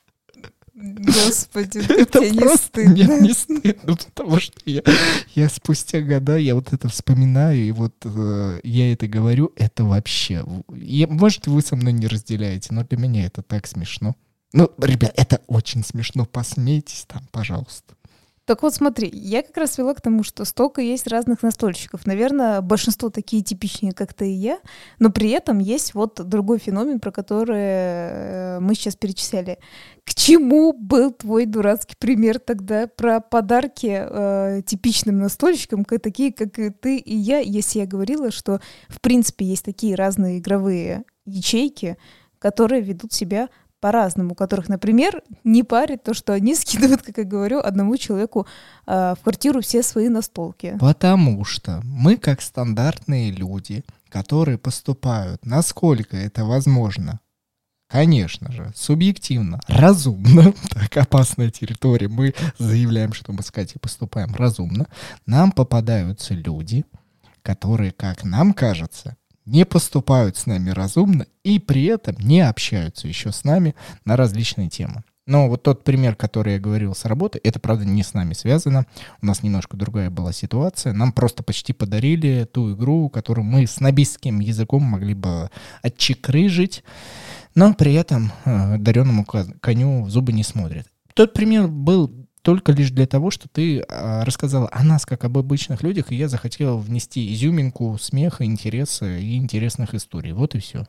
Господи, это тебе просто не стыдно. Нет, не стыдно, потому что я, я спустя года, я вот это вспоминаю, и вот э, я это говорю, это вообще... Я, может, вы со мной не разделяете, но для меня это так смешно. Ну, ребят, это очень смешно, посмейтесь там, пожалуйста. Так вот, смотри, я как раз вела к тому, что столько есть разных настольщиков. Наверное, большинство такие типичные, как ты и я, но при этом есть вот другой феномен, про который мы сейчас перечисляли. К чему был твой дурацкий пример тогда про подарки э, типичным настольщикам, как, такие, как и ты и я, если я говорила, что в принципе есть такие разные игровые ячейки, которые ведут себя по-разному, у которых, например, не парит то, что они скидывают, как я говорю, одному человеку э, в квартиру все свои настолки. Потому что мы, как стандартные люди, которые поступают, насколько это возможно, конечно же, субъективно, разумно, так, опасная территория, мы заявляем, что мы с Катей поступаем разумно, нам попадаются люди, которые, как нам кажется, не поступают с нами разумно и при этом не общаются еще с нами на различные темы. Но вот тот пример, который я говорил с работы, это, правда, не с нами связано. У нас немножко другая была ситуация. Нам просто почти подарили ту игру, которую мы с снобистским языком могли бы отчекрыжить, но при этом э, дареному коню в зубы не смотрят. Тот пример был только лишь для того, что ты а, рассказала о нас, как об обычных людях, и я захотел внести изюминку смеха, интереса и интересных историй. Вот и все.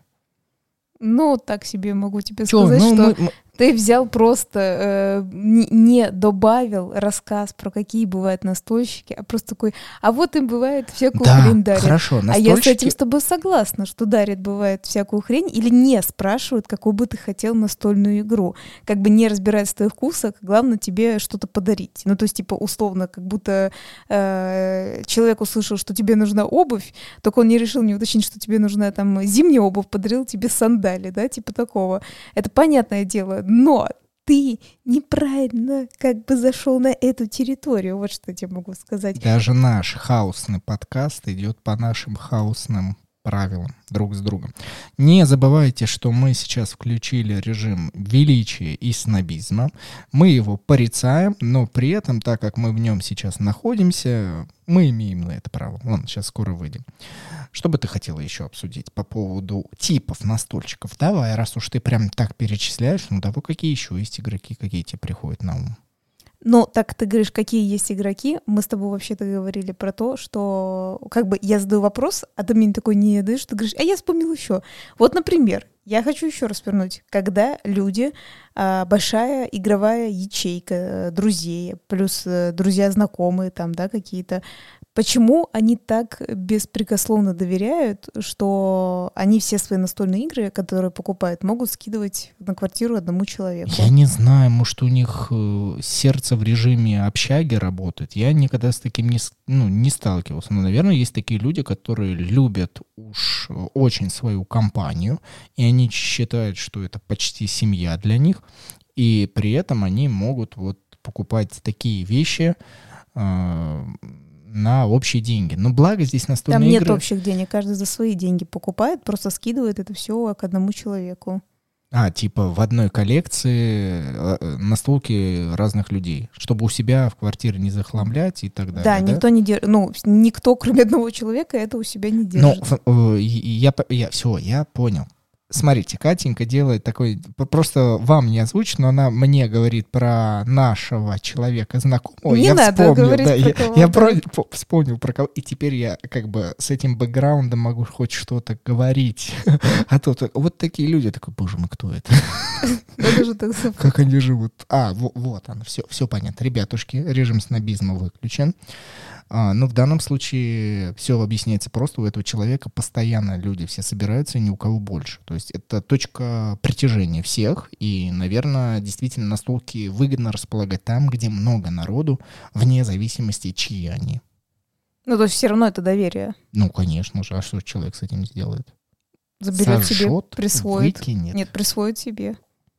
Ну, так себе могу тебе Чё? сказать, Ну, что мы, мы... ты взял просто, э, не, не добавил рассказ про какие бывают настольщики, а просто такой, а вот им бывает всякую да, хрень дарят. хорошо, настольщики... А я с этим с тобой согласна, что дарят бывает всякую хрень или не спрашивают, какую бы ты хотел настольную игру. Как бы не разбираясь в твоих вкусах, главное тебе что-то подарить. Ну, то есть, типа, условно, как будто э, человек услышал, что тебе нужна обувь, только он не решил не уточнить, что тебе нужна там зимняя обувь, подарил тебе сандали, да, типа такого. Это понятное дело. Но ты неправильно как бы зашел на эту территорию. Вот что я тебе могу сказать. Даже наш хаосный подкаст идет по нашим хаосным правилам друг с другом. Не забывайте, что мы сейчас включили режим величия и снобизма. Мы его порицаем, но при этом, так как мы в нем сейчас находимся, мы имеем на это право. Ладно, сейчас скоро выйдем. Что бы ты хотела еще обсудить по поводу типов настольщиков? Давай, раз уж ты прям так перечисляешь, ну давай, какие еще есть игроки, какие тебе приходят на ум? Ну, так ты говоришь, какие есть игроки. Мы с тобой вообще-то говорили про то, что как бы я задаю вопрос, а ты мне такой не даешь, ты говоришь, а я вспомнил еще. Вот, например, я хочу еще раз вернуть, когда люди, а, большая игровая ячейка друзей, плюс а, друзья знакомые там, да, какие-то, почему они так беспрекословно доверяют, что они все свои настольные игры, которые покупают, могут скидывать на квартиру одному человеку? Я не знаю, может, у них э, сердце в режиме общаги работает. Я никогда с таким не, ну, не сталкивался. Но, наверное, есть такие люди, которые любят уж очень свою компанию, и они считают, что это почти семья для них, и при этом они могут вот покупать такие вещи э, на общие деньги. Но благо здесь настольные Там нет игры... общих денег, каждый за свои деньги покупает, просто скидывает это все к одному человеку. А, типа в одной коллекции э, настолки разных людей, чтобы у себя в квартире не захламлять и так далее. Да, да? никто не держит, ну, никто, кроме одного человека, это у себя не держит. Ну, э, я, я, все, я понял. Смотрите, Катенька делает такой, просто вам не озвучено, но она мне говорит про нашего человека знакомого. Не я надо вспомнил, говорить да, про я, кого. я про, по, вспомнил про кого, и теперь я как бы с этим бэкграундом могу хоть что-то говорить. А то вот такие люди, такой, боже мой, кто это? Как они живут? А, вот оно, все, все понятно. Ребятушки, режим снобизма выключен. А, ну, в данном случае все объясняется просто. У этого человека постоянно люди все собираются, и ни у кого больше. То есть это точка притяжения всех. И, наверное, действительно настолки выгодно располагать там, где много народу, вне зависимости, чьи они. Ну, то есть все равно это доверие. Ну, конечно же. А что человек с этим сделает? Заберет Сожжет, себе, присвоит. Выкинет. Нет, присвоит себе.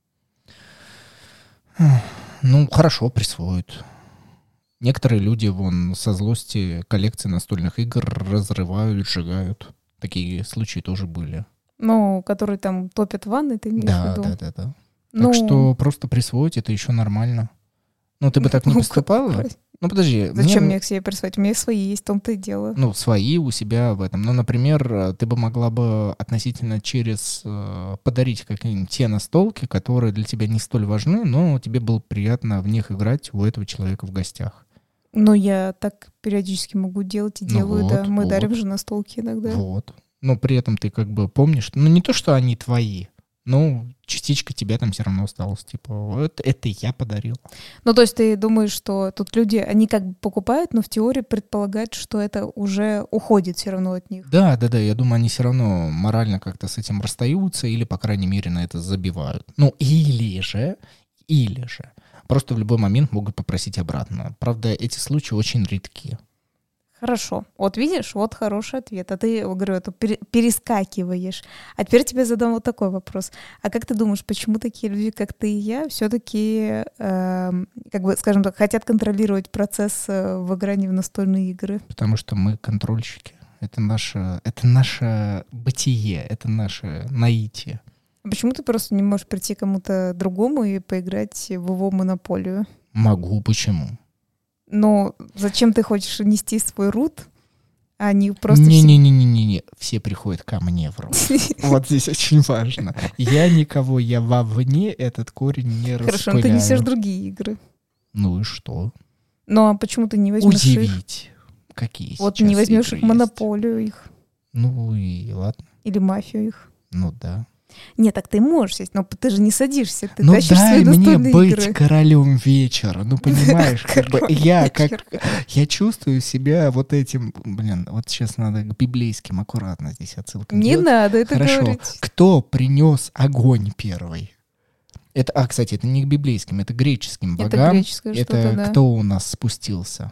Ну, хорошо, присвоит. Некоторые люди, вон, со злости коллекции настольных игр разрывают, сжигают. Такие случаи тоже были. Ну, которые там топят ванны, ты имеешь Да, в виду? да, да, да. Ну, Так что просто присвоить это еще нормально. Ну, ты бы так не ну, поступала? как- Ну, подожди. Зачем мне- мне к себе присвоить? У меня свои есть, в том-то и дело. Ну, свои у себя в этом. Ну, например, ты бы могла бы относительно через э, подарить какие-нибудь те настолки, которые для тебя не столь важны, но тебе было приятно в них играть у этого человека в гостях. Ну, я так периодически могу делать и Ну делаю, вот, да. Мы вот. дарим же настолки иногда. Вот. Но при этом ты как бы помнишь, ну, не то, что они твои, но частичка тебя там все равно осталась. Типа, вот это я подарил. Ну, то есть ты думаешь, что тут люди, они как бы покупают, но в теории предполагают, что это уже уходит все равно от них. Да, да, да, я думаю, они все равно морально как-то с этим расстаются или, по крайней мере, на это забивают. Ну, или же, или же, просто в любой момент могут попросить обратно. Правда, эти случаи очень редки. Хорошо. Вот видишь, вот хороший ответ. А ты, говорю, это пере- перескакиваешь. А теперь тебе задам вот такой вопрос. А как ты думаешь, почему такие люди, как ты и я, все-таки, эм, как бы, скажем так, хотят контролировать процесс э, в игрании в настольные игры? Потому что мы контрольщики. Это наше, это наше бытие, это наше наитие. А почему ты просто не можешь прийти к кому-то другому и поиграть в его монополию? Могу, почему? Но зачем ты хочешь нести свой рут, а не просто... Не-не-не-не-не, все приходят ко мне в рот. Вот здесь очень важно. Я никого, я вовне этот корень не распыляю. Хорошо, но ты несешь другие игры. Ну и что? Ну а почему ты не возьмешь их? Удивить. Какие Вот сейчас не возьмешь игры их есть? монополию их Ну и ладно. или мафию их. Ну да. Нет, так ты можешь сесть, но ты же не садишься, ты Ну тащишь дай свои мне настольные быть игры. королем вечера. Ну понимаешь, как бы я как вечера. я чувствую себя вот этим, блин, вот сейчас надо к библейским аккуратно здесь отсылкам Не делать. надо это Хорошо. говорить. Кто принес огонь первый? Это, а, кстати, это не к библейским, это к греческим Это богам. греческое Это что-то, да. кто у нас спустился?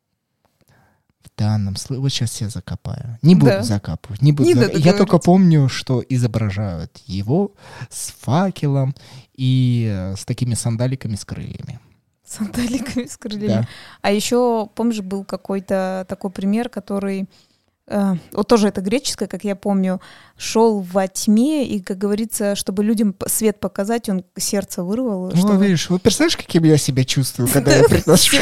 В данном случае, вот сейчас я закопаю. Не буду Да. закапывать, не буду. Не зак- надо Я говорить. только помню, что изображают его с факелом и э, с такими сандаликами с крыльями. С сандаликами с крыльями. Да. А еще, помнишь, был какой-то такой пример, который э, вот тоже это греческое, как я помню, шел во тьме, и, как говорится, чтобы людям свет показать, он сердце вырвал. Ну, чтобы... видишь, вы представляешь, каким я себя чувствую, когда я приношу...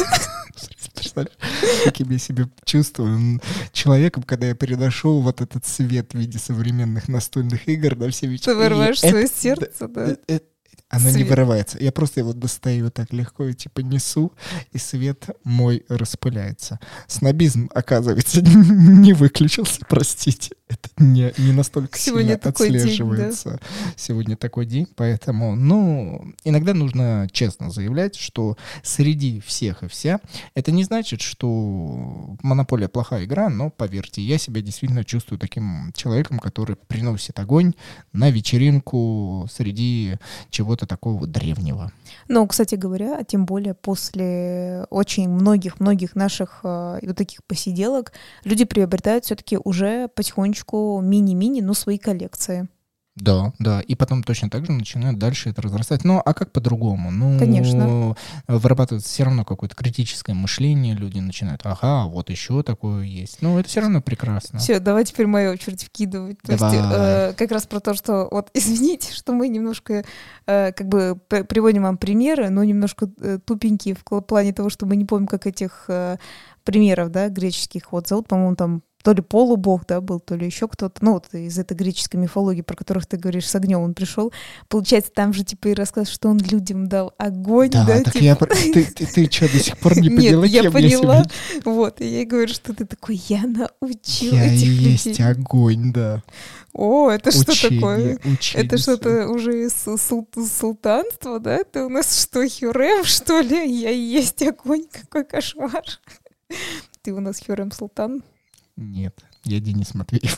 Каким я себя чувствую человеком, когда я переношу вот этот свет в виде современных настольных игр на все вечера. Ты вырываешь свое сердце, да? Оно Свет. не вырывается. Я просто его достаю так легко и типа несу, и свет мой распыляется. Снобизм, оказывается, не выключился, простите. Это не, не настолько Сегодня сильно отслеживается. День, да? Сегодня такой день, поэтому, ну, иногда нужно честно заявлять, что среди всех и вся, это не значит, что «Монополия» плохая игра, но, поверьте, я себя действительно чувствую таким человеком, который приносит огонь на вечеринку среди чего-то такого древнего. Ну, кстати говоря, тем более после очень многих-многих наших э, вот таких посиделок люди приобретают все-таки уже потихонечку мини-мини, ну, свои коллекции. Да, да, и потом точно так же начинают дальше это разрастать. Ну, а как по-другому? Ну, Конечно. Вырабатывается все равно какое-то критическое мышление, люди начинают, ага, вот еще такое есть. Ну, это все равно прекрасно. Все, давай теперь мою очередь вкидывать. То Давай. есть э, как раз про то, что вот извините, что мы немножко э, как бы п- приводим вам примеры, но немножко э, тупенькие в плане того, что мы не помним, как этих э, примеров, да, греческих вот зовут, по-моему, там то ли полубог, да, был, то ли еще кто-то, ну, вот из этой греческой мифологии, про которых ты говоришь, с огнем он пришел. Получается, там же, типа, и рассказ, что он людям дал огонь, Да, да, так типа... я... Ты, ты, ты что, до сих пор не поняла, Нет, я кем поняла, я себя... вот, и я ей говорю, что ты такой, я научил Я и этих есть людей. огонь, да. О, это что Учение, такое? учение. Это что-то уже из сул- султанства, да? Ты у нас что, Хюррем, что ли? Я и есть огонь, какой кошмар. Ты у нас Хюррем Султан? Нет, я Денис Матвеев.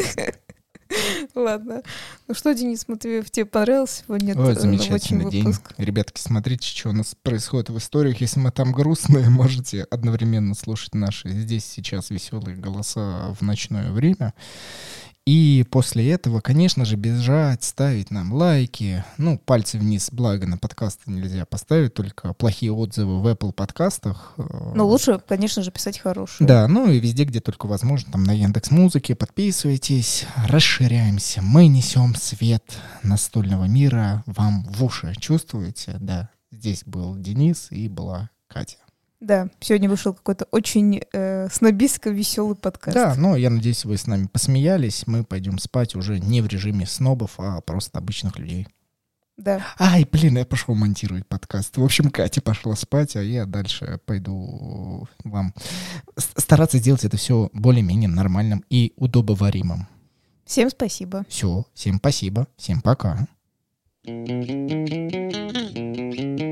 Ладно. Ну что, Денис Матвеев, тебе понравился сегодня Ой, этот замечательный рабочий день. выпуск? Ребятки, смотрите, что у нас происходит в историях. Если мы там грустные, можете одновременно слушать наши здесь сейчас веселые голоса в ночное время. И после этого, конечно же, бежать, ставить нам лайки. Ну, пальцы вниз, благо на подкасты нельзя поставить, только плохие отзывы в Apple подкастах. Ну, лучше, конечно же, писать хорошие. Да, ну и везде, где только возможно, там на Яндекс.Музыке. Подписывайтесь, расширяемся. Мы несем свет настольного мира вам в уши. Чувствуете? Да. Здесь был Денис и была Катя. Да, сегодня вышел какой-то очень э, снобистско-веселый подкаст. Да, но я надеюсь, вы с нами посмеялись. Мы пойдем спать уже не в режиме снобов, а просто обычных людей. Да. Ай, блин, я пошел монтировать подкаст. В общем, Катя пошла спать, а я дальше пойду вам стараться сделать это все более-менее нормальным и удобоваримым. Всем спасибо. Все, всем спасибо, всем пока.